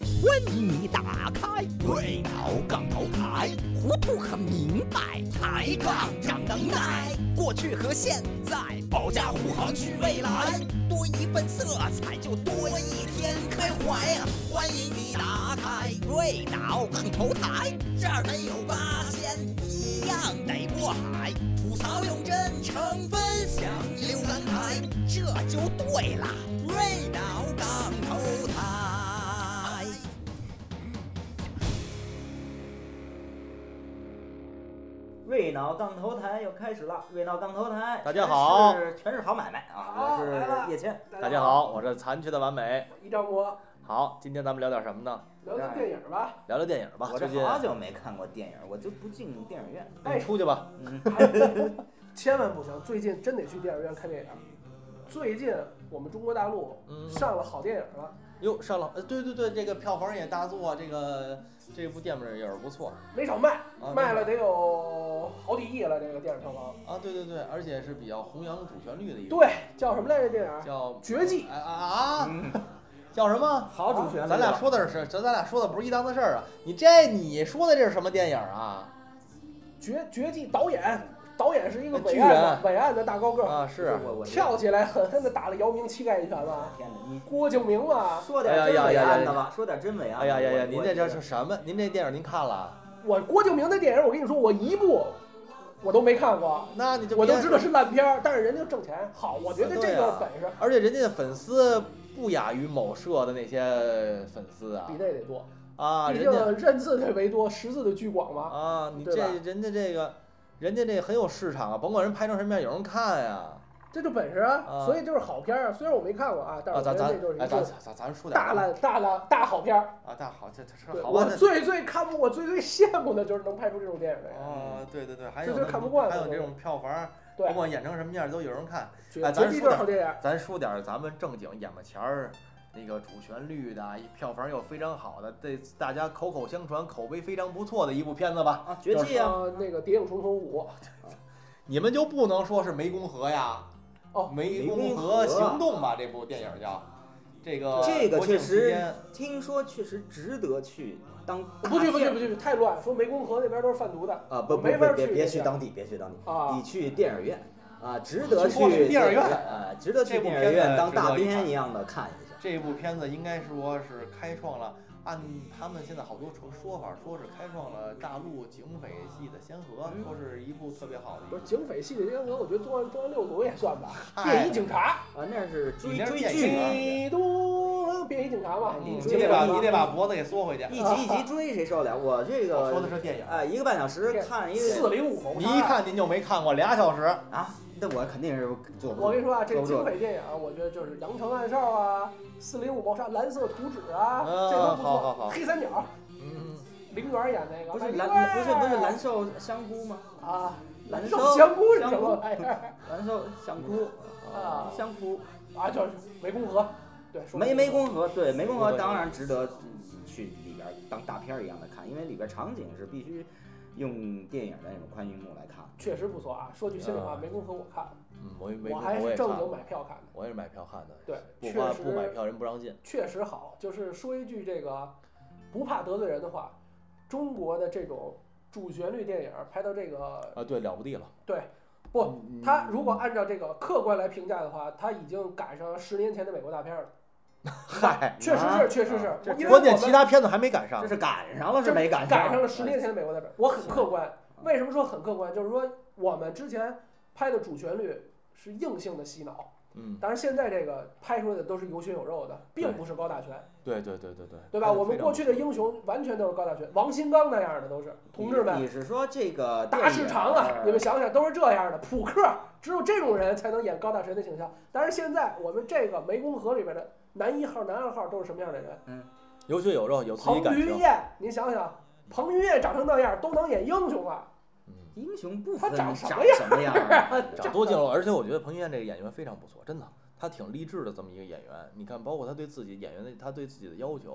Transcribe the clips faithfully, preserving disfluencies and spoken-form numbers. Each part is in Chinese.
欢迎你打开瑞脑杠头台，糊涂和明白，抬杠长能耐。过去和现在，保驾护航去未来，多一份色彩就多一天开怀啊！欢迎你打开瑞脑杠头台，这儿没有八仙，一样得过海。吐槽用真诚分享浏览台，这就对了，瑞脑杠头台。 瑞脑杠头台又开始了，瑞脑杠头台， 大家好， 全是全是好买卖啊！我是叶谦， 大家好，我是残缺的完美， 一张博。 好，今天咱们聊点什么呢？ 聊聊电影吧， 聊聊电影吧。 我这好久没看过电影，我就不进电影院。 哎，出去吧。 嗯，千万不行，最近真得去电影院看电影。最近我们中国大陆上了好电影了。 哟、嗯，上了，呃，对对对，这个票房也大作，这个这部电影也是不错， 没少卖， 啊、 卖了得有好几亿了，这个电影票房。 啊，对对对，而且是比较弘扬主旋律的一个。 对，叫什么来着？电影叫 《绝技》 啊啊！嗯叫什么？ 好主旋律、啊。 咱俩说的是，咱咱俩说的不是一档子事儿啊！你这你说的这是什么电影啊？ 绝绝技导演，导演是一个伟岸的伟岸的大高个啊，是跳起来狠狠地打了姚明膝盖一拳吧。 天哪，你郭敬明嘛， 说点真伟岸的吧，说点真伟岸。 哎呀呀呀！您这这是什么？您这电影您看了？ 我郭敬明的电影，我跟你说，我一部我都没看过， 那你就我都知道是烂片，但是人家挣钱好，我觉得这个本事。 啊、而且人家的粉丝不亚于某社的那些粉丝啊， 比这得多啊！ 毕竟认字的为多，识字的居广嘛。 啊，你这人家这个，人家这很有市场啊，甭管人拍成什么样，有人看呀。 这就本事啊， 啊所以就是好片啊。虽然我没看过啊，但是我觉得这就是一部咱咱说点大烂大烂大好片啊，大好这这是好。 我最最看不，我最最羡慕的就是能拍出这种电影来。 哦，对对对，还有最最看不惯， 还有这种票房，甭管演成什么样都有人看。 哎，咱说点， 咱说点咱们正经眼巴前儿那个主旋律的，票房又非常好的，对大家口口相传、口碑非常不错的一部片子吧？ 啊，绝技啊， 那个《谍影重重五》。 你们就不能说是湄公河呀？ 哦， 湄公河行动吧，这部电影叫这个。 这个确实听说确实值得去当。 不去不去不去，太乱！说湄公河那边都是贩毒的啊，不不没法别别去当地，别去当地啊！ 你去电影院啊，值得去电影院啊，值得去电影院当大片一样的看一下。 这部片子应该说是开创了。按他们现在好多说法，说是开创了大陆警匪戏的先河，嗯、说是一部特别好的。 不是警匪戏的先河，我觉得《重案重案六组》也算吧，《便衣警察》 啊，那是追追剧。都便衣警察嘛， 你得把你得把脖子给缩回去， 一集一集追，谁受得了？我这个我说的是电影， 哎，一个半小时看一个四零五谋杀， 你一看您就没看过俩小时啊。那我肯定是做不住。 我跟你说啊，这警匪电影，我觉得就是《阳城暗哨》啊，《四零五谋杀》、《蓝色图纸》啊， 啊这都不错。 好好好黑三角， 嗯， 林园演那个， 不是蓝，不是不是蓝瘦香菇吗？ 啊， 蓝瘦香菇是什么玩意儿？ 蓝瘦香菇啊， 香菇啊，就是湄公河，对， 湄湄公河，对，湄公河当然值得去里边当大片一样的看，因为里边场景是必须用电影的那种宽银幕来看。 确实不错啊！说句心里话，湄公河我看了， 嗯，我没我还是正经买票看的， 我也是买票看的。 对， 不花不买票人不让进。 确实好，就是说一句这个不怕得罪人的话，中国的这种主旋律电影拍到这个啊，对，了不地了。 对，不，他如果按照这个客观来评价的话，他已经赶上十年前的美国大片了。 嗨， 确实是，确实是。 这关键其他片子还没赶上， 这是赶上了，是没赶上。 赶上了十年前的美国大片，我很客观。为什么说很客观？就是说我们之前拍的主旋律是硬性的洗脑， 嗯， 当然现在这个拍出来的都是有血有肉的，并不是高大全。 对对对对对， 对吧？我们过去的英雄完全都是高大全，王新刚那样的都是同志们。 你是说这个大市场啊？你们想想，都是这样的扑克，只有这种人才能演高大全的形象。但是现在我们这个湄公河里边的男一号、男二号都是什么样的人？ 嗯，有血有肉，有自己感情。 彭于晏，您想想，彭于晏长成那样都能演英雄啊！ 英雄不分长什么样，什么样长多劲了。而且我觉得彭于晏这个演员非常不错，真的，他挺励志的这么一个演员。你看，包括他对自己演员的，他对自己的要求，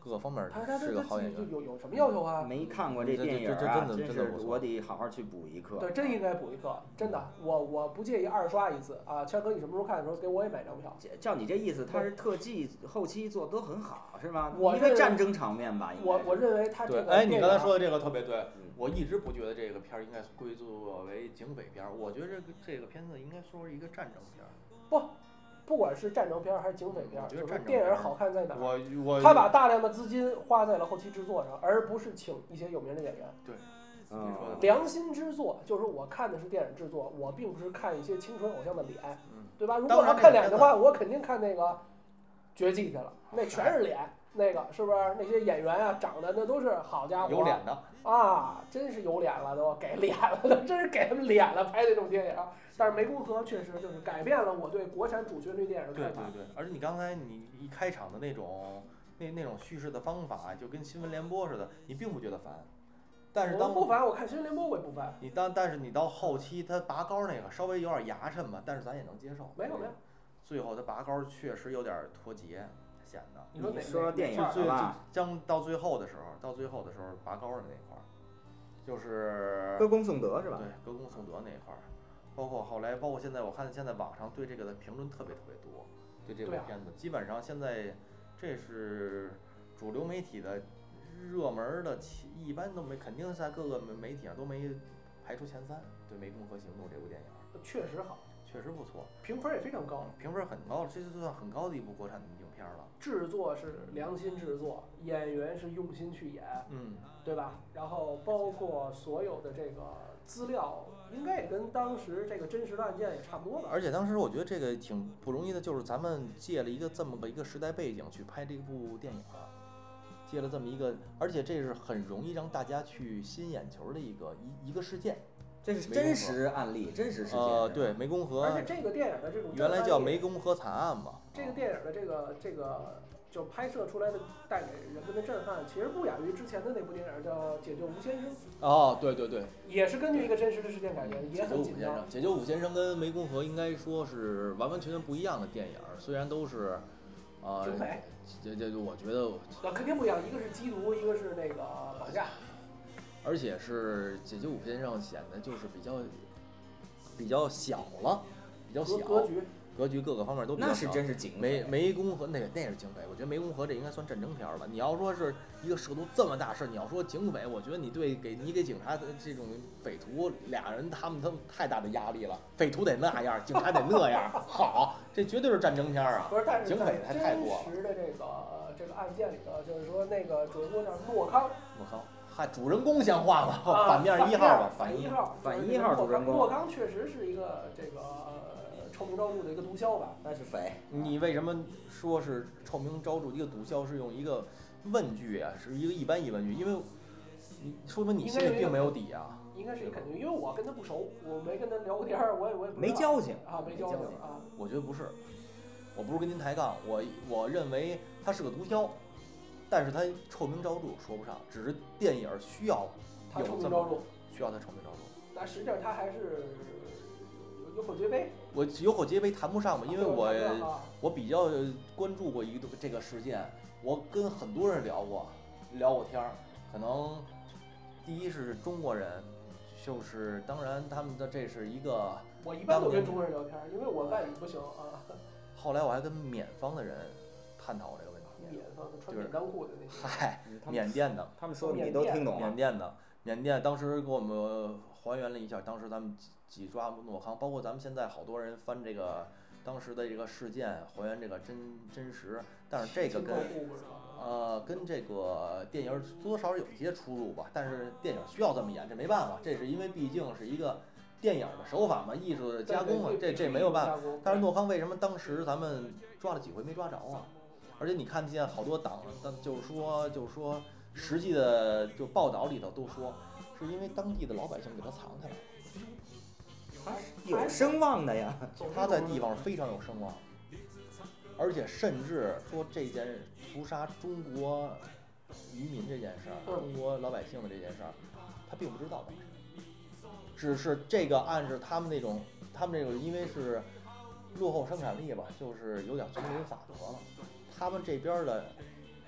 各个方面他他是个好演员。 有有什么要求啊？ 没看过这电影啊， 这这真的真真的不错是我得好好去补一课。 对，真应该补一课，真的，我我不介意二刷一次啊。谦哥，你什么时候看的时候给我也买张票。 照你这意思，他是特技后期做的都很好，是吧？ 我因为战争场面吧，应该我我认为他这对， 个哎，你刚才电影说的这个特别对， 嗯我一直不觉得这个片儿应该归作为警匪片儿，我觉得这个这个片子应该说是一个战争片儿。 不，不管是战争片儿还是警匪片儿， 我觉得就是战争片儿电影好看在哪儿？ 我我他把大量的资金花在了后期制作上，而不是请一些有名的演员。 对， 嗯你说的良心之作，就是我看的是电影制作，我并不是看一些青春偶像的脸， 嗯对吧？如果当然我要看那个片子脸的话，我肯定看那个绝技去了，那全是脸，那个是不是？那些演员啊，长得那都是好家伙， 有脸的。 啊，真是有脸了都，给脸了都，真是给他们脸了拍这种电影。但是湄公河确实就是改变了我对国产主旋律电影的对看法。 对对，而且你刚才你一开场的那种那那种叙事的方法，就跟新闻联播似的，你并不觉得烦。但是当我不烦，我看新闻联播我也不烦。 你当但是你到后期他拔高那个稍微有点牙碜吧，但是咱也能接受。 没有没有， 最后他拔高确实有点脱节，显得。 你说哪？ 说电影就最吧， 将到最后的时候，到最后的时候拔高的那块儿，就是歌功颂德是吧？ 对，歌功颂德那一块儿，包括后来，包括现在，我看现在网上对这个的评论特别特别多，对这部片子，基本上现在这是主流媒体的热门的，一般都没，肯定在各个媒体上都没排出前三。对《湄公河行动》这部电影确实好， 确实不错， 评分也非常高， 评分很高，这就算很高的一部国产的影片了。 制作是良心制作，演员是用心去演， 嗯， 对吧？然后包括所有的这个资料，应该也跟当时这个真实的案件也差不多吧。 而且当时我觉得这个挺不容易的，就是咱们借了一个这么个一个时代背景去拍这部电影，借了这么一个，而且这是很容易让大家去吸引眼球的一个一一个事件。 这是真实案例，真实事件。 呃，对，湄公河。 而且这个电影的这种原来叫湄公河惨案嘛。 这个电影的这个这个就拍摄出来的带给人们的震撼，其实不亚于之前的那部电影叫《解救吴先生》。 哦，对对对， 也是根据一个真实的事件改编，也很紧张。 解救武先生跟湄公河应该说是完完全全不一样的电影，虽然都是，呃， 警匪。 这这我觉得。 那肯定不一样，一个是缉毒，一个是那个绑架。 而且是解救武先生显得就是比较比较小了，比较小， 格局格局各个方面都比较小。 那是真是警匪。 湄湄公河那个那是警匪，我觉得湄公河这应该算战争片了。你要说是一个涉毒这么大事，你要说警匪，我觉得你对给你给警察的这种匪徒俩人他们他们太大的压力了，匪徒得那样，警察得那样，好，这绝对是战争片啊！ 不是，但是警匪还太多了。 真实的这个这个案件里头，就是说那个主人公叫诺康。 诺康。嗨，主人公像话吗？ 啊、 反面一号吧， 反一号， 反一号主人公。 诺康确实是一个这个臭名昭著的一个毒枭吧？ 那是匪。 你为什么说是臭名昭著？一个毒枭是用一个问句啊，是一个一般疑问句，因为你说明你心里并没有底啊。 应该是一个肯定，因为我跟他不熟，我没跟他聊过天儿，我也我也不没交情啊，没交情啊。 我觉得不是，我不是跟您抬杠，我我认为他是个毒枭。但是他臭名昭著说不上，只是电影需要有这么需要他臭名昭著。 但实际上他还是有口皆碑。 我有口皆碑谈不上吧，因为我、 啊、 我比较关注过一个这个事件，我跟很多人聊过聊过天儿。可能第一是中国人，就是当然他们的这是一个。 我一般都跟中国人聊天，因为我外语不行啊。 后来我还跟缅方的人探讨这个。 缅方的穿缅裆裤的那些， 嗨，缅甸的， 他们说你都听懂了。 缅甸的，缅甸当时给我们还原了一下，当时咱们几抓诺康，包括咱们现在好多人翻这个当时的这个事件，还原这个真真实。但是这个跟呃跟这个电影多多少少有一些出入吧，但是电影需要这么演，这没办法，这是因为毕竟是一个电影的手法嘛，艺术的加工嘛，这这没有办法。但是诺康为什么当时咱们抓了几回没抓着啊？而且你看见好多党，就是说，就是说，实际的就报道里头都说，是因为当地的老百姓给他藏起来了。 他有声望的呀， 他在地方非常有声望，而且甚至说这件屠杀中国渔民这件事儿，中国老百姓的这件事儿，他并不知道当时，只是这个按是他们那种，他们这个因为是落后生产力吧，就是有点丛林法则了。他们这边的，咱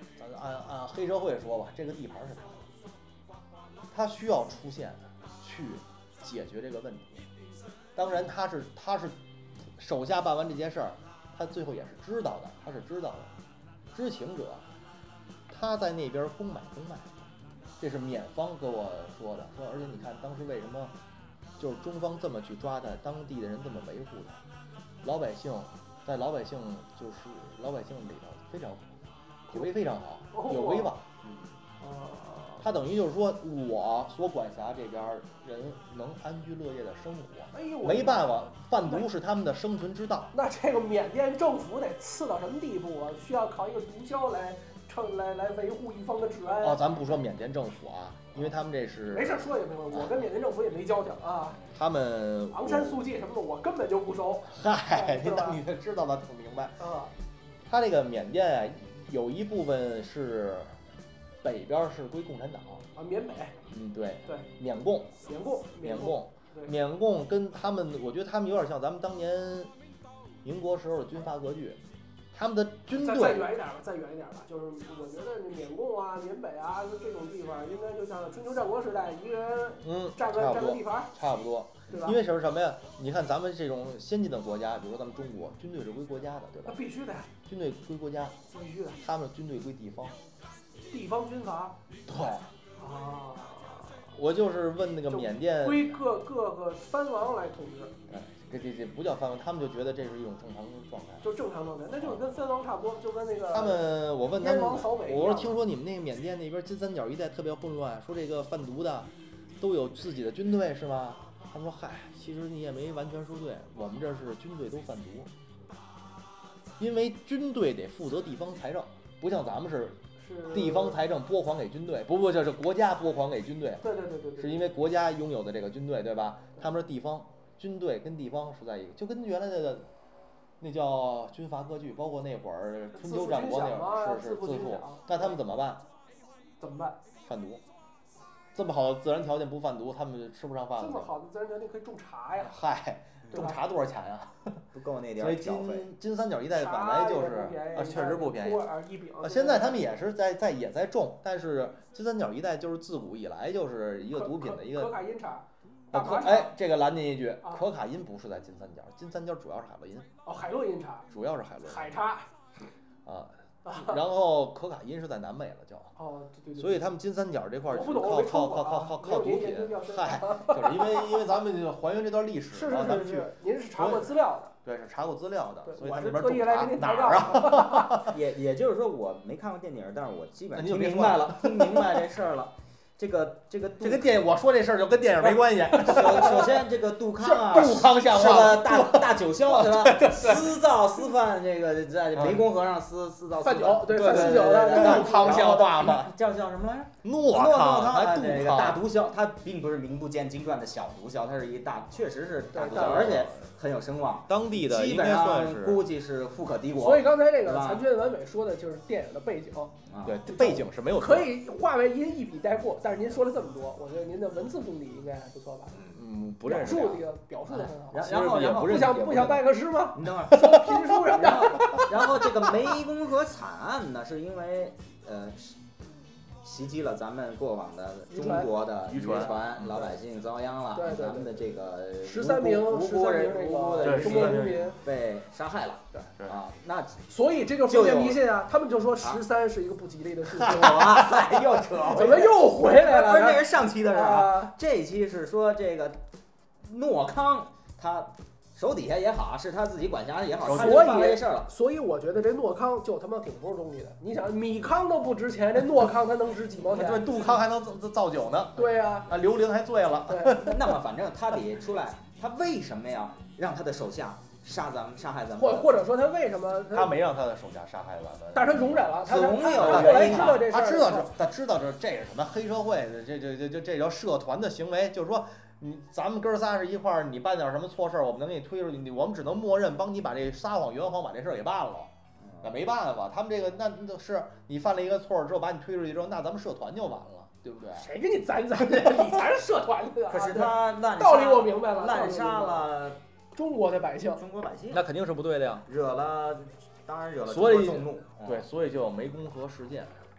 按按黑社会说吧，这个地盘是他的，他需要出现去解决这个问题。当然他是他是手下办完这件事儿，他最后也是知道的，他是知道的，知情者，他在那边公买公卖，这是缅方跟我说的，说而且你看当时为什么就是中方这么去抓他，当地的人这么维护他，老百姓在老百姓就是老百姓里头非常口碑非常好，有威望。他等于就是说我所管辖这边人能安居乐业的生活， 哎呦， 没办法，贩毒是他们的生存之道。 那这个缅甸政府得次到什么地步啊？需要靠一个毒枭来撑来来维护一方的治安啊？咱们不说缅甸政府啊，因为他们这是没事说也没关系，我跟缅甸政府也没交情啊。 他们昂山素季什么的，我根本就不熟。 嗨，你当你知道的挺明白啊。 他这个缅甸啊，有一部分是。北边是归共产党啊，缅北， 嗯，对对， 缅共， 缅共， 缅共，缅共跟他们，我觉得他们有点像咱们当年民国时候的军阀割据，他们的军队再再远一点吧，再远一点吧，就是我觉得缅共啊、缅北啊这种地方，应该就像春秋战国时代，一个人嗯占个占个地盘， 差不多， 对吧？ 因为什么什么呀？你看咱们这种先进的国家，比如说咱们中国，军队是归国家的，对吧？ 那必须的， 军队归国家， 必须的。 他们军队归地方。 地方军阀， 对啊， 我就是问那个缅甸归各各个藩王来统治， 哎，这这这不叫藩王，他们就觉得这是一种正常状态， 就正常状态，那就跟藩王差不多，就跟那个他们，我问他们，我说听说你们那个缅甸那边金三角一带特别混乱，说这个贩毒的都有自己的军队是吗？他们说嗨，其实你也没完全说对，我们这是军队都贩毒，因为军队得负责地方财政，不像咱们是。地方财政拨还给军队，不不，这是国家拨还给军队。 对对对对对， 是因为国家拥有的这个军队，对吧？他们是地方军队跟地方是在一个，就跟原来那个那叫军阀割据，包括那会儿春秋战国那会儿是是自负，那他们怎么办？ 怎么办？ 贩毒。这么好的自然条件不贩毒，他们吃不上饭了。 这么好的自然条件可以种茶呀。 嗨。种茶多少钱呀？ 不够那点儿缴费。所以金金三角一带本来就是啊，确实不便宜。啊，现在他们也是在在也在种，但是金三角一带就是自古以来就是一个毒品的一个。 可卡因茶。 可哎，这个拦您一句，可卡因不是在金三角，金三角主要是海洛因。 哦，海洛因茶。 主要是海洛因。 海茶。 啊。然后可卡因是在南美了，就哦，对对。 所以他们金三角这块儿靠靠靠靠靠靠毒品，嗨，就是因为因为咱们就还原这段历史， 是是是，您是查过资料的， 对，是查过资料的，所以我是特意来给您哪儿啊？也也就是说，我没看过电影，但是我基本上听明白了，听明白这事儿了。这个这个这个电影，我说这事儿就跟电影没关系。 首首先，这个杜康啊， 杜康像话是个大大酒枭，对吧？私造私贩这个在湄公河上私私造贩酒， 对贩私酒的杜康像话吗？ 叫叫什么来着？ 诺康， 还这个大毒枭，他并不是名不见经传的小毒枭，他是一大，确实是大毒枭，而且很有声望。 当地的基本上估计是富可敌国。 所以刚才这个残缺的完美说的就是电影的背景。 对，背景是没有可以化为您一笔带过，但是您说了这么多，我觉得您的文字功底应该还不错吧？ 嗯，不认识。 表述这个表述的很好。 然后然后不想不想拜个师吗？ 你等会儿说评书什么的。然后这个湄公河惨案呢，是因为呃袭击了咱们过往的中国的渔船，老百姓遭殃了，咱们的这个十三名无辜人无辜的中国渔民被杀害了。 对啊，那所以这就是封建迷信啊，他们就说十三是一个不吉利的数字啊，又扯， 怎么又回来了？ 不是，那是上期的事啊，这一期是说这个诺康他手底下也好，是他自己管辖也好，他就犯了这事儿了。 所以我觉得这诺康就他妈挺不是东西的。你想，米康都不值钱，这诺康他能值几毛钱？ 对，杜康还能造造酒呢。 对呀， 啊，刘伶还醉了。 对， 那么反正他得出来，他为什么要让他的手下杀咱们、杀害咱们？ 或或者说他为什么他没让他的手下杀害咱们？ 但是他容忍了，他总有原因啊。 他知道这，他知道这这是什么黑社会的，这这这这这叫社团的行为，就是说。你咱们哥仨是一块儿，你办点什么错事儿，我们能给你推出去，我们只能默认帮你把这撒谎圆谎把这事儿给办了。那没办法，他们这个那那是你犯了一个错之后把你推出去之后，那咱们社团就完了，对不对？ 谁给你攒攒的？你才是社团的。 可是他滥道理我明白了， 滥杀了中国的百姓， 中国百姓， 那肯定是不对的呀， 惹了，当然惹了所以众怒。 对，所以就有湄公河事件。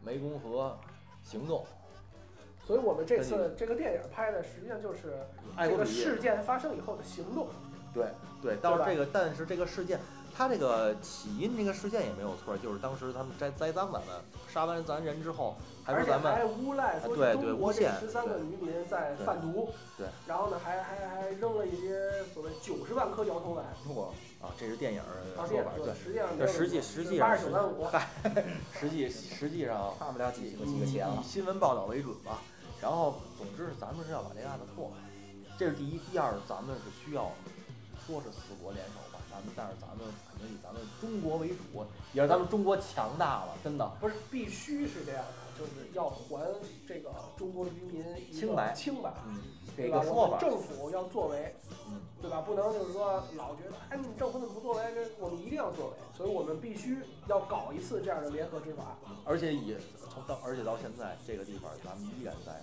湄公河行动。 所以我们这次这个电影拍的实际上就是这个事件发生以后的行动。 对对，到这个，但是这个事件，它这个起因这个事件也没有错，就是当时他们栽栽赃咱们，杀完咱人之后，还说咱们还诬赖说中国这十三个渔民在贩毒， 对， 然后呢还还还扔了一些所谓九十万颗摇头丸。 哇啊，这是电影说法，对， 实际上这实际实际上八十九万五， 嗨，实际实际上差不了几个几个钱了。 以新闻报道为准吧。然后，总之咱们是要把这个案子破，这是第一。第二，咱们是需要说是四国联手吧，咱们但是咱们肯定以咱们中国为主，也是咱们中国强大了，真的不是必须是这样的，就是要还这个中国渔民清白清白， 嗯， 对吧？说法， 政府要作为， 嗯， 对吧？不能就是说老觉得哎，你政府怎么不作为？这我们一定要作为，所以我们必须要搞一次这样的联合执法， 而且也从到而且到现在这个地方，咱们依然在。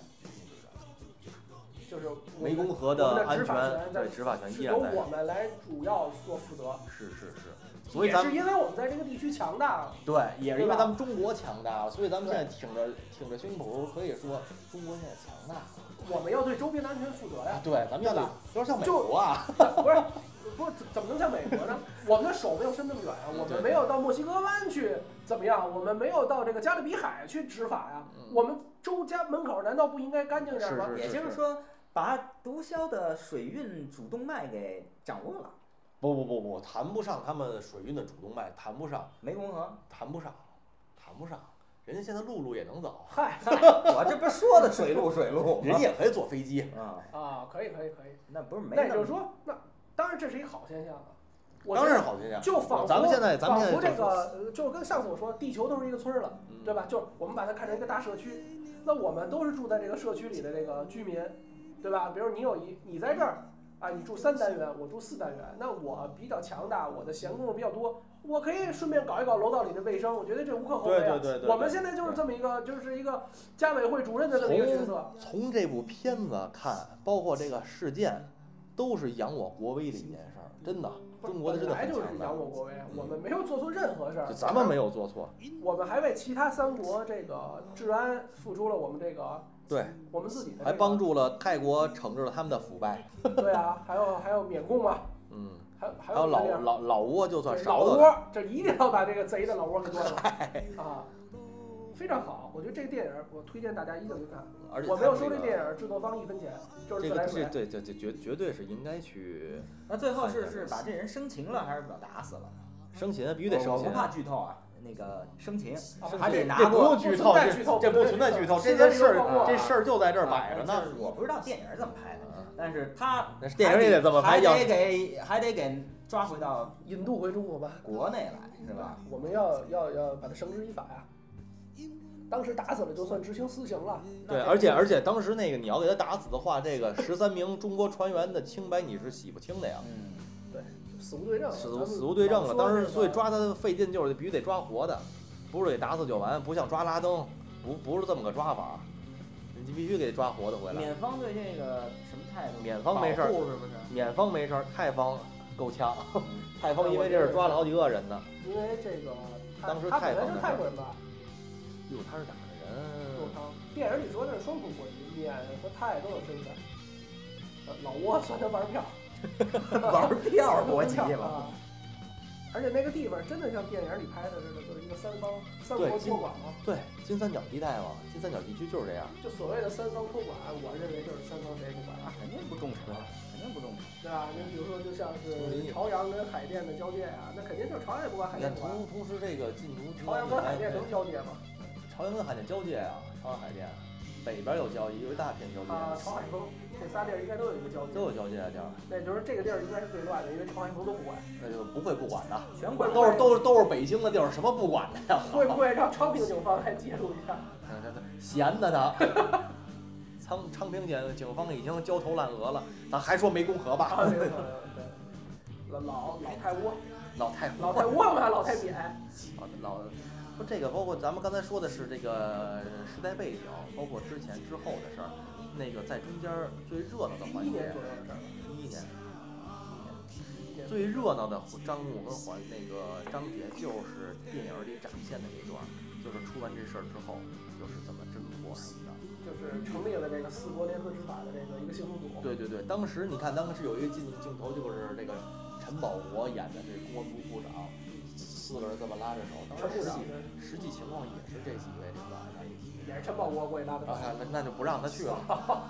就是湄公河的安全，对执法权依然由我们来主要做负责。 是是是，所以咱也是因为我们在这个地区强大。 对，也是因为咱们中国强大，所以咱们现在挺着挺着胸脯，可以说中国现在强大。 我们要对周边的安全负责呀。 对，咱们要对，有点像美国啊。 不是，不是，怎么能像美国呢？我们的手没有伸那么远啊，我们没有到墨西哥湾去怎么样？我们没有到这个加勒比海去执法呀。我们周家门口难道不应该干净点吗？ 也就是说。把毒枭的水运主动脉给掌握了。 不不不不，谈不上他们水运的主动脉，谈不上。 湄公河谈不上，谈不上。人家现在陆路也能走。 嗨， 我这不是说的水路水路， 人也可以坐飞机。 啊啊，可以可以可以。 那不是没。 那也就是说，那当然这是一个好现象啊。 当然是好现象。 就仿佛咱们现在，咱们现在仿佛这个，就跟上次我说，地球都是一个村了， 嗯、 对吧？就是我们把它看成一个大社区，那我们都是住在这个社区里的这个居民。对吧？比如你有一你在这儿啊，你住三单元，我住四单元，那我比较强大，我的闲工夫比较多，我可以顺便搞一搞楼道里的卫生，我觉得这无可厚非啊。 对对对对。 我们现在就是这么一个，就是一个家委会主任的这么一个角色。 从, 从这部片子看，包括这个事件，都是扬我国威的一件事儿，真的。中国的真的本来就是扬我国威，我们没有做错任何事儿。 咱们没有做错， 我们还为其他三国这个治安付出了我们这个。 对， 我们自己的、这个、 还帮助了泰国惩治了他们的腐败。 对啊，还有还有缅共嘛， 嗯， 还有还有老老老挝就算少了。老挝，这一定要把这个贼的老挝给端了啊！非常好，我觉得这个电影我推荐大家一定去看。 而且我没有收这电影制作方一分钱，就是自来水。 这个对对对，绝绝对是应该去。 那最后是是把这人生擒了，还是把他打死了？ 生擒必须得生擒。 我不怕剧透啊。那个生擒， 还得拿过。这不用剧透， 这不存在剧透，这件事儿，这事儿就在这儿摆着呢。 我不知道电影怎么拍的，但是他那电影也得这么拍， 还得给还得给抓回到引渡回中国吧， 国内来是吧？ 我们要要要把他绳之以法呀。当时打死了就算执行私刑了。 对，而且而且当时那个你要给他打死的话，这个十三名中国船员的清白你是洗不清的呀。 嗯。 死无对证， 死无死无对证了。当时所以抓他费劲，就是必须得抓活的，不是给打死就完，不像抓拉登，不不是这么个抓法，你必须给抓活的回来。 缅方对这个什么态度？ 缅方没事儿， 是不是？ 缅方没事儿，泰方够呛。泰方因为这是抓了好几个人呢。 因为这个， 当时泰方是泰国人吧？ 哟，他是哪儿的人？ 电影里说的是双重国籍，缅和泰都有身份。老挝算他玩票。 玩票国籍了， 而且那个地方真的像电影里拍的似的，就是一个三方三国托管嘛。 对，金三角地带嘛，金三角地区就是这样。 就所谓的三方托管，我认为就是三方谁不管啊？ 肯定不重视，肯定不重视， 对吧？你比如说，就像是朝阳跟海淀的交界啊，那肯定就是朝阳也不管海淀不管。 同同时这个禁毒， 朝阳跟海淀能交接吗？ 朝阳跟海淀交界啊，朝阳海淀北边有交界，有一大片交界。 啊，朝海丰。这仨地儿应该都有一个交界， 都有交界的地儿。 那就是这个地儿应该是最乱的，因为朝海丰都不管。 那就不会不管的， 全管。 都是都是都是北京的地儿，什么不管的呀？ 会不会让昌平警方来介入一下？ 闲的他。昌昌平警警方已经焦头烂额了，咱还说湄公河吧？ 啊，对对对。老老老太窝， 老太老太窝嘛，老太扁。 老老。不，这个包括咱们刚才说的是这个时代背景，包括之前之后的事儿。那个在中间最热闹的环节， 一年左右的事儿， 一一年，一年，最热闹的张幕和环那个章节就是电影里展现的这段， 就是出完这事儿之后，就是怎么侦破什么的。 就是成立了这个四国联合执法的这个一个行动组。 对对对，当时你看，当时有一个镜镜头，就是这个陈宝国演的这公安部部长，四个人这么拉着手，当时实际实际情况也是这几位领导在一起， 也是陈宝国过去拉的手。 啊，那那就不让他去了。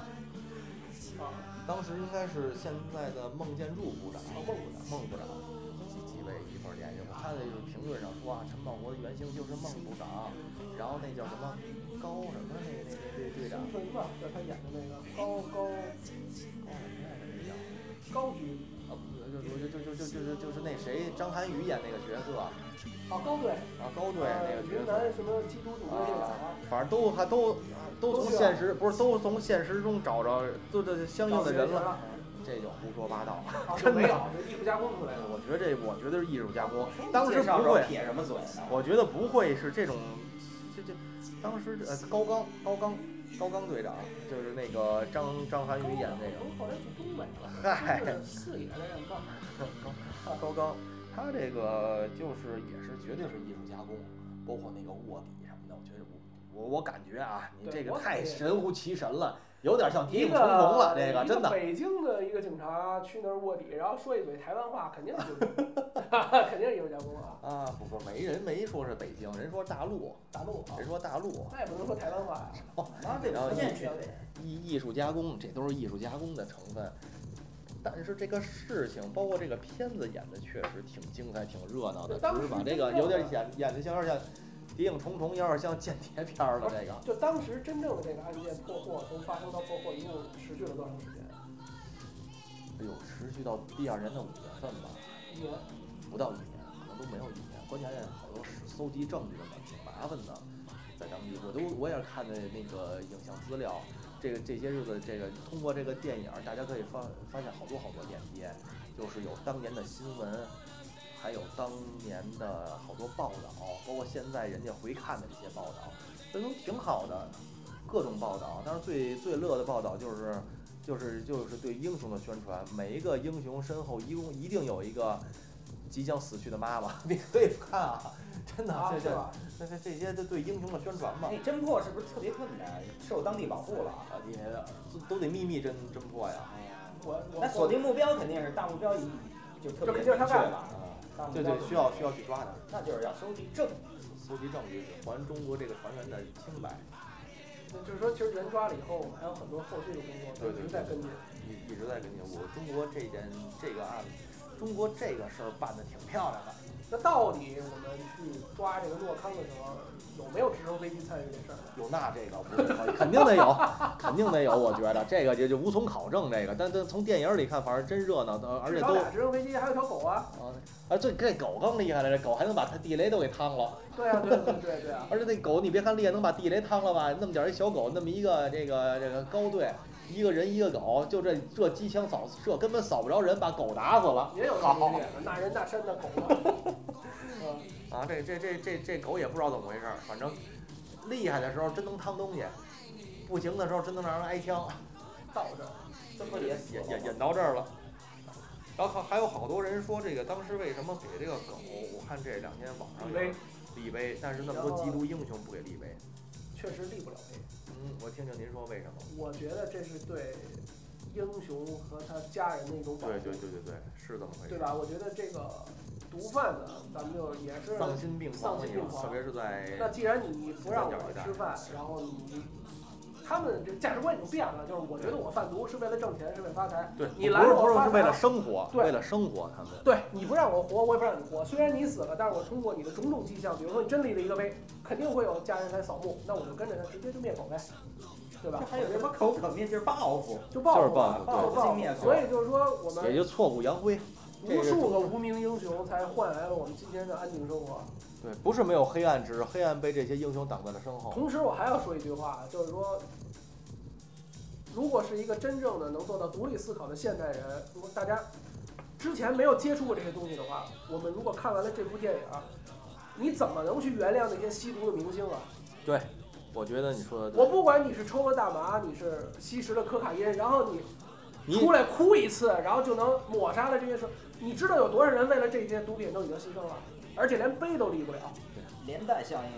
当时应该是现在的孟建柱部长， 孟部长， 孟部长几几位一块儿联系。我看那个评论上说啊，陈宝国的原型就是孟部长，然后那叫什么高什么那那那队队长， 孙吧，就是他演的那个高高高什么来着？那叫高局啊，就就就就就就就就是那谁张涵予演那个角色。 啊，高队啊，高队那个角色， 云南什么基督组队队长， 反正都还都都从现实不是都从现实中找着都这相应的人了，这就胡说八道， 真没有，是艺术加工出来的。 我觉得这我觉得是艺术加工，当时不会撇什么嘴呢？ 我觉得不会是这种，这这当时呃高刚高刚高刚队长就是那个张张涵予演那个， 后来去东北了， 嗨， 四野的人干嘛？ 高刚。他这个就是也是绝对是艺术加工，包括那个卧底什么的，我觉得我我我感觉啊，你这个太神乎其神了，有点像谍影重重了，这个真的。 北京的一个警察去那儿卧底，然后说一嘴台湾话，肯定是肯定是艺术加工啊。 啊，不不，没人没说是北京，人说大陆， 大陆， 人说大陆， 那也不能说台湾话呀。 哦，那这个艺艺艺术加工，这都是艺术加工的成分。但是这个事情，包括这个片子演的确实挺精彩、挺热闹的，只是把这个有点演演的像有点像谍影重重，有点像间谍片了。这个就当时真正的这个案件破获，从发生到破获，一共持续了多长时间？ 哎呦，持续到第二年的五月份吧， 一年， 不到一年，可能都没有一年。关键好多搜集证据的嘛，挺麻烦的，在当地我都我也看的那个影像资料。这个这些日子，这个通过这个电影，大家可以发发现好多好多链接，就是有当年的新闻，还有当年的好多报道，包括现在人家回看的这些报道，这都挺好的，各种报道。但是最最乐的报道就是就是就是对英雄的宣传，每一个英雄身后一共一定有一个即将死去的妈妈，你可以看啊。真的，这这这这这些都对英雄的宣传嘛。 那侦破是不是特别困难？受当地保护了啊？也都得秘密侦侦破呀。 我那锁定目标肯定是大目标一就特别明确了。 对对，需要需要去抓的。 那就是要收集证据， 收集证据，还中国这个船员的清白。 那就是说，其实人抓了以后，我们还有很多后续的工作， 对对， 一直在跟进， 一一直在跟进。我中国这件这个案子，中国这个事儿办得挺漂亮的。 那到底我们去抓这个诺康的时候，有没有直升飞机参与这事儿？ 有，那这个不肯定得有，肯定得有。我觉得这个就就无从考证。这个，但但从电影里看，反正真热闹，而且都俩直升飞机，还有条狗啊。 啊，啊，这这狗更厉害了，这狗还能把它地雷都给趟了。 对啊，对对对对啊！ 而且那狗，你别看厉害，能把地雷趟了吧？那么点一小狗，那么一个这个这个高队。一个人一个狗，就这这机枪扫射根本扫不着人，把狗打死了。 也有这么厉害的，那人那山那狗啊。 啊，这这这这这狗也不知道怎么回事，反正厉害的时候真能趟东西，不行的时候真能让人挨枪。 到这儿， 这不也也也演到这儿了。然后还有好多人说这个当时为什么给这个狗？我看这两天网上有立碑，但是那么多缉毒英雄不给立碑。 确实立不了碑。 嗯，我听听您说为什么？ 我觉得这是对英雄和他家人的一种保护。 对对对对对，是这么回事。 对吧？我觉得这个毒贩子，咱们就也是丧心病狂， 丧心病狂， 特别是在。 那既然你不让我吃饭，然后你。他们这价值观已经变了，就是我觉得我贩毒是为了挣钱，是为了发财。 对， 你拦着我发财是为了生活，为了生活，他们。 对，你不让我活，我也不让你活。虽然你死了，但是我通过你的种种迹象，比如说你真立了一个碑，肯定会有家人来扫墓，那我就跟着他直接就灭口呗，对吧？ 这还有什么口可灭？就是报复， 就报复， 报复， 报复灭所以就是说，我们也就挫骨扬灰， 无数个无名英雄才换来了我们今天的安定生活。 对，不是没有黑暗，只是黑暗被这些英雄挡在了身后。 同时，我还要说一句话，就是说。如果是一个真正的能做到独立思考的现代人，如果大家之前没有接触过这些东西的话，我们如果看完了这部电影，你怎么能去原谅那些吸毒的明星啊？ 对，我觉得你说的对。 我不管你是抽了大麻，你是吸食了可卡因，然后你出来哭一次，然后就能抹杀了这些事，你知道有多少人为了这些毒品都已经牺牲了，而且连碑都立不了。 连带效应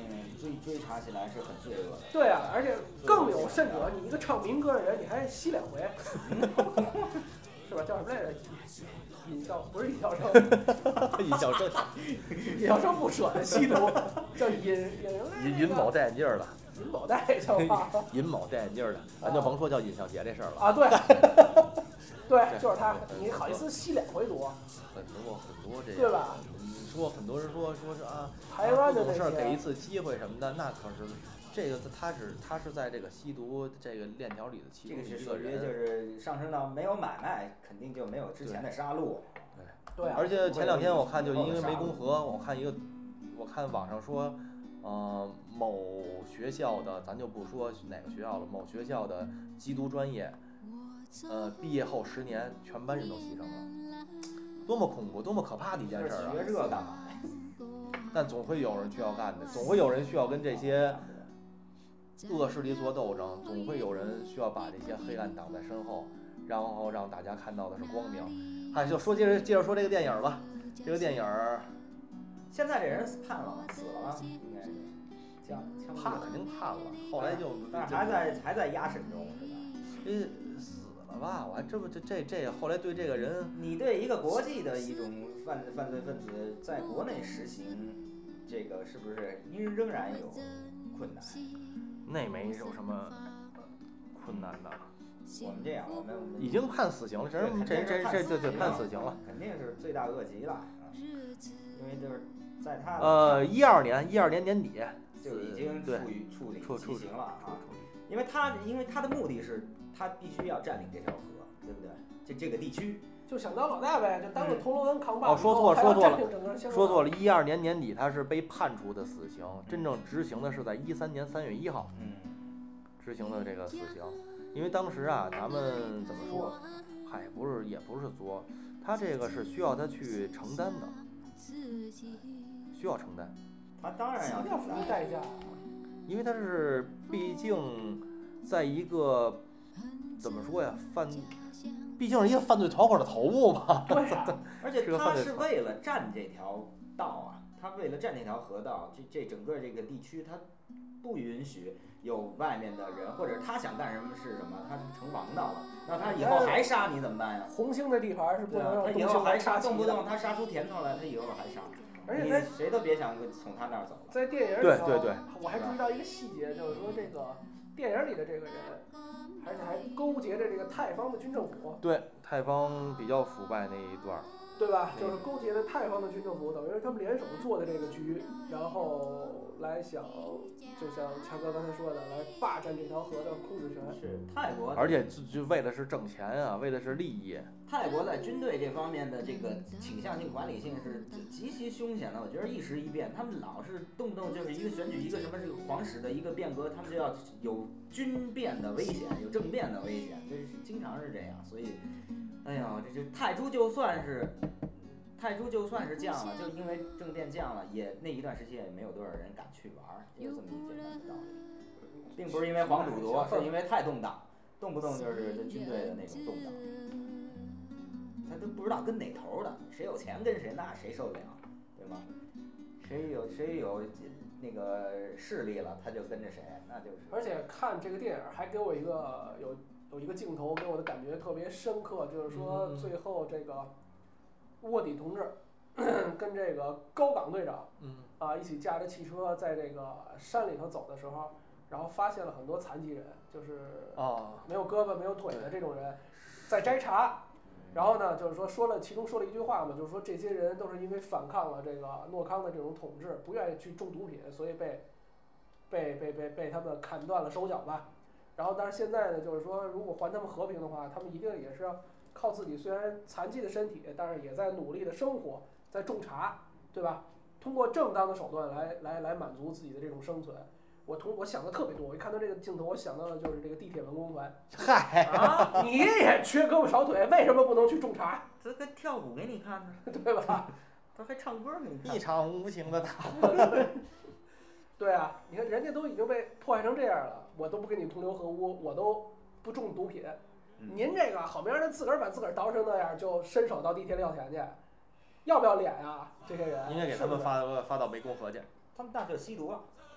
追追查起来是很罪恶的。 对啊，而且更有甚者，你一个唱民歌的人，你还吸两回，是吧？叫什么来着？尹笑不是尹笑生， 尹笑生， 尹笑生不舍得吸毒，叫尹尹尹尹某戴眼镜的。 尹某戴叫吧？ 尹某戴眼镜的，咱就甭说叫尹相杰这事儿了啊！对，对，就是他，你好意思吸两回毒？ 很多很多这样， 对吧？ 你说很多人说说是啊， 台湾的事儿给一次机会什么的，那可是这个他是他是在这个吸毒这个链条里的其中一个人。 这个是属于就是上升到没有买卖，肯定就没有之前的杀戮。 对对、啊， 而且前两天我看就因为湄公河，我看一个，我看网上说。呃，某学校的，咱就不说哪个学校了，某学校的缉毒专业，呃，毕业后十年，全班人都吸成了，多么恐怖，多么可怕的一件事啊！ 学这干嘛？ 但总会有人需要干的，总会有人需要跟这些恶势力做斗争，总会有人需要把这些黑暗挡在身后，然后让大家看到的是光明。哎，就说接着接着说这个电影吧，这个电影。 现在这人判了吗？死了吗？应该是，枪枪判肯定判了，后来就， 但是还在还在押审中，是吧？ 呃，死了吧？我还这不这这这后来对这个人， 你对一个国际的一种犯犯罪分子在国内实行这个，是不是因仍然有困难？ 那没有什么困难的。 我们这样，我们已经判死刑了，这这这这这这判死刑了， 肯定是罪大恶极了，因为就是。在他呃，一二年，一二年年底就已经处于处理处极刑了啊，因为他因为他的目的是，他必须要占领这条河，对不对？这这个地区就想当老大呗，就当个铜锣湾扛把子。 哦，说错了，说错了，说错了。 一二年年底他是被判处的死刑，真正执行的是在一三年三月一号， 嗯， 执行的这个死刑。因为当时啊，咱们怎么说？嗨，不是，也不是作，他这个是需要他去承担的。需要承担， 他当然要付出代价， 因为他是毕竟在一个怎么说呀，犯，毕竟是一个犯罪团伙的头目嘛。 对啊， 而且他是为了占这条道啊，他为了占这条河道，这这整个这个地区他不允许有外面的人，或者他想干什么是什么，他成王道了，那他以后还杀你怎么办呀？ 红星的地盘是不能让他以后还杀，动不动他杀出甜头来，他以后还杀。 而且在谁都别想从他那儿走了。 在电影里头， 对对对， 我还注意到一个细节，就是说这个电影里的这个人，而且还勾结着这个泰方的军政府。 对，泰方比较腐败那一段， 对吧？就是勾结的泰方的军政府，等于是他们联手做的这个局，然后来想，就像强哥刚才说的，来霸占这条河的控制权。 是泰国， 而且就就为的是挣钱啊，为的是利益。 泰国在军队这方面的这个倾向性、管理性是极其凶险的，我觉得一时一变，他们老是动不动就是一个选举，一个什么这个皇室的一个变革，他们就要有军变的危险，有政变的危险，这是经常是这样。所以，哎呀，这这泰铢就算是泰铢就算是降了，就因为政变降了，也那一段时间也没有多少人敢去玩，就是这么一简单的道理，并不是因为黄赌毒，是因为太动荡，动不动就是这军队的那种动荡。他都不知道跟哪头的，谁有钱跟谁，那谁受得了，对吗？谁有谁有那个势力了，他就跟着谁，那就是。 而且看这个电影还给我一个有有一个镜头给我的感觉特别深刻，就是说最后这个卧底同志跟这个高岗队长， 嗯啊一起驾着汽车在这个山里头走的时候，然后发现了很多残疾人，就是没有胳膊没有腿的这种人，在摘茶。然后呢，就是说说了，其中说了一句话嘛，就是说这些人都是因为反抗了这个诺康的这种统治，不愿意去种毒品，所以被被被被被他们砍断了手脚吧。然后但是现在呢，就是说如果还他们和平的话，他们一定也是要靠自己虽然残疾的身体，但是也在努力的生活，在种茶，对吧？通过正当的手段来来来满足自己的这种生存。我同我想的特别多，我一看到这个镜头，我想到的就是这个地铁文工团。 嗨啊，你也缺胳膊少腿，为什么不能去种茶？ 这个跳舞给你看呢， 对吧？ 他还唱歌给你看。 一场无情的打。 对啊，你看人家都已经被迫害成这样了，我都不跟你同流合污，我都不种毒品。 嗯、 您这个好明儿的自个儿把自个儿捯饬成那样，就伸手到地铁里要钱去，要不要脸啊？这些人应该给他们发发到湄公河去。 他们那就吸毒了。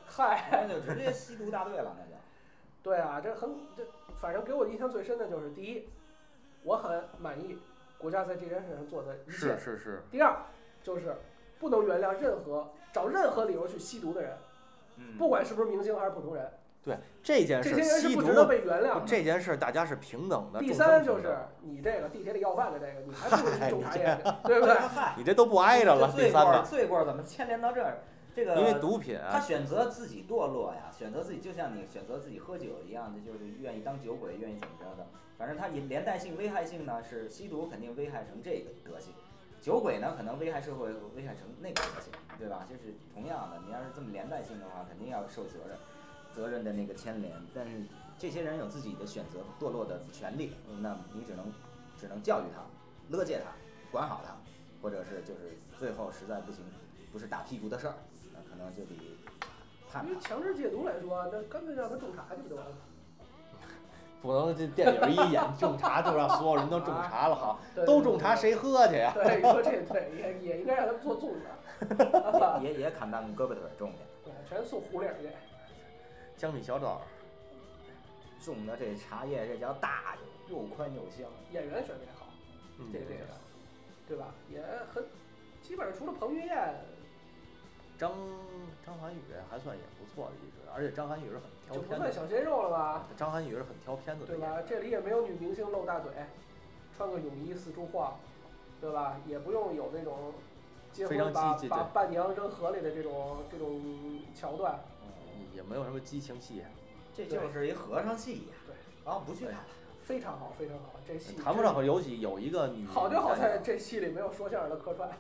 嗨， 那就直接吸毒大队了，那就。 对啊，这很这，反正给我印象最深的就是第一，我很满意国家在这件事上做的一切。 是是是。 第二，就是不能原谅任何找任何理由去吸毒的人， 嗯， 不管是不是明星还是普通人。 对这件事， 这些人是吸毒不值得被原谅的。 这件事大家是平等的。 第三就是你这个地铁里要饭的这个，你还不如去种茶叶，对不对？ 你这都不挨着了。第三个罪过怎么牵连到这儿？这个因为毒品、啊， 他选择自己堕落呀，选择自己，就像你选择自己喝酒一样的，就是愿意当酒鬼，愿意怎么着的。反正他连带性、危害性呢，是吸毒肯定危害成这个德行，酒鬼呢可能危害社会，危害成那个德行，对吧？就是同样的，你要是这么连带性的话，肯定要受责任，责任的那个牵连。但是这些人有自己的选择堕落的权利，那你只能只能教育他，勒戒他，管好他，或者是就是最后实在不行，不是打屁股的事儿。可能就得判。 因为强制戒毒来说，那干脆让他种茶去不就完了？ 不能这电影一演种茶就让所有人都种茶了，好， 对都种茶谁喝去呀？ 对，你说这对也也应该让他们做粽子， 也也砍当胳膊腿种去， 对，全送壶里去。 江米小枣， 种的这茶叶这叫大又宽又香。 演员选的也好， 嗯、 这个这个，对吧？也很，基本上除了彭于晏。 张张涵予还算也不错的一直，而且张涵予是很挑片的， 就不算小鲜肉了吧？ 张涵予是很挑片子的， 对吧？这里也没有女明星露大腿，穿个泳衣四处晃，对吧？也不用有那种结婚把把伴娘扔河里的这种这种桥段， 嗯，也没有什么激情戏， 这就是一和尚戏呀。 对， 然后不去看了。 非常好，非常好，这戏谈不上有几有一个女， 好就好在这戏里没有说相声的客串。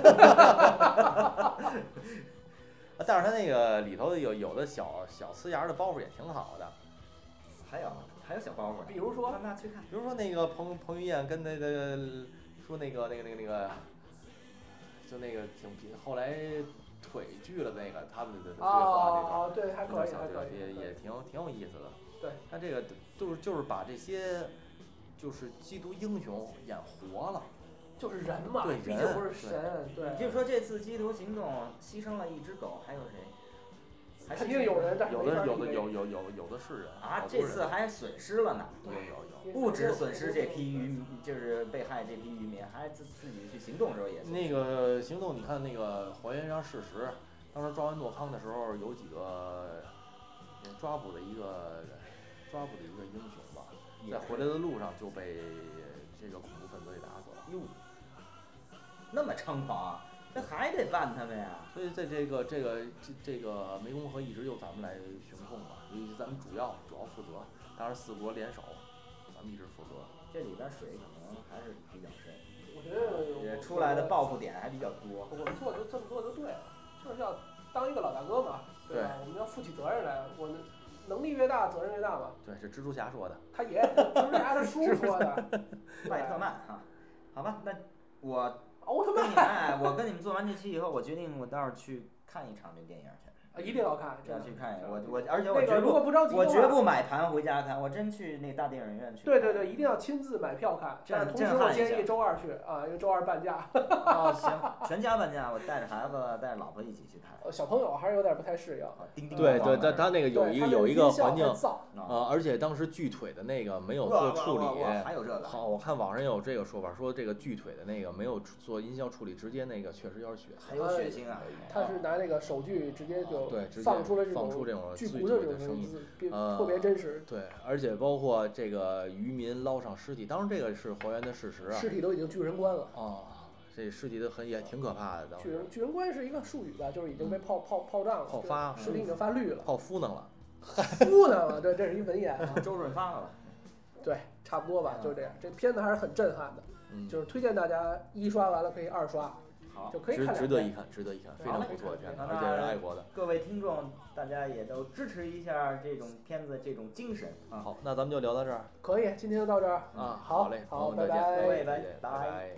但是他那个里头有有的小小呲牙的包袱也挺好的， 还有还有小包袱， 比如说那去看， 比如说那个彭彭于晏跟那个说那个那个那个那个，就那个挺后来腿锯了那个他们的对话那种， 哦，对，还可以，还可以， 也也挺挺有意思的。 对， 但这个就是就是把这些就是基督英雄演活了。 就是人嘛， 对， 毕竟不是神。对， 你就说这次基督行动牺牲了一只狗，还有谁？ 肯定有人，但是有的有的有有有有的是人啊！这次还损失了呢。 有有有， 不止损失这批渔民，就是被害这批渔民，还自自己去行动的时候也。 那个行动，你看那个还原上事实，当时抓完诺康的时候，有几个抓捕的一个抓捕的一个英雄吧，在回来的路上就被这个恐怖分子给打死了。 哟。那么猖狂啊！那还得办他们呀。 所以在这个这个这这个湄公河一直由咱们来巡控嘛，因为咱们主要主要负责，当然四国联手，咱们一直负责。 这里边水可能还是比较深， 我觉得也出来的报复点还比较多。 我们做就这么做就对了，就是要当一个老大哥嘛，对吧？我们要负起责任来，我们能力越大，责任越大嘛。 对，是蜘蛛侠说的。 他也蜘蛛侠的书说的。 拜特曼哈，好吧，那我。 奥特曼， 哎，我跟你们做完这期以后，我决定我待会儿去看一场这电影去。 啊，一定要看， 要去看。我我而且我绝不，如果不着急我绝不买盘回家看，我真去那大电影院去。 对对对，一定要亲自买票看。但是同时我建议周二去啊，因为周二半价。 哦，行，全家半价，我带着孩子带着老婆一起去看。 呃，小朋友还是有点不太适应。 叮叮对对，他他那个有一个有一个环境啊， 而且当时锯腿的那个没有做处理。 还有这个。 好，我看网上有这个说法，说这个锯腿的那个没有做音效处理，直接那个确实有点血腥。 还有血腥啊！ 他是拿那个手锯直接就对直接放出了。 放出这种锯骨的这种声音， 呃，特别真实。 对，而且包括这个渔民捞上尸体，当然这个是还原的事实啊。 尸体都已经巨人棺了。 哦，这尸体都很也挺可怕的。 巨人巨人棺是一个术语吧，就是已经被炮炮炮仗了， 炮发， 尸体已经发绿了， 炮敷弄了， 敷弄了，对，这是一文言。 周润发了吧？ 对，差不多吧，就是这样。这片子还是很震撼的，就是推荐大家一刷完了可以二刷。 好， 就可以看值得一看，值得一看，非常不错的片子，而且是爱国的。 各位听众，大家也都支持一下这种片子，这种精神啊。 好，那咱们就聊到这儿。 可以，今天就到这儿啊。 好嘞， 好， 拜拜， 各位拜拜。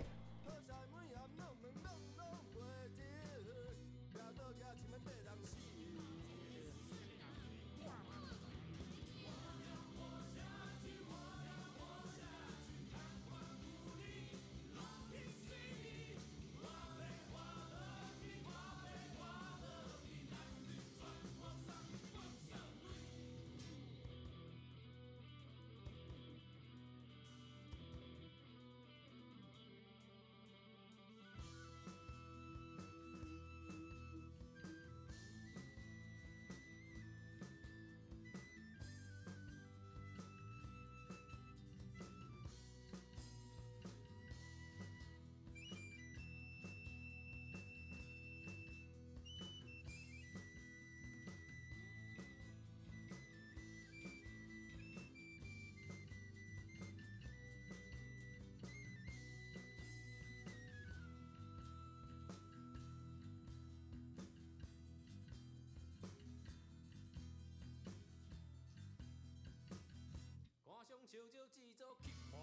笑着制作 keep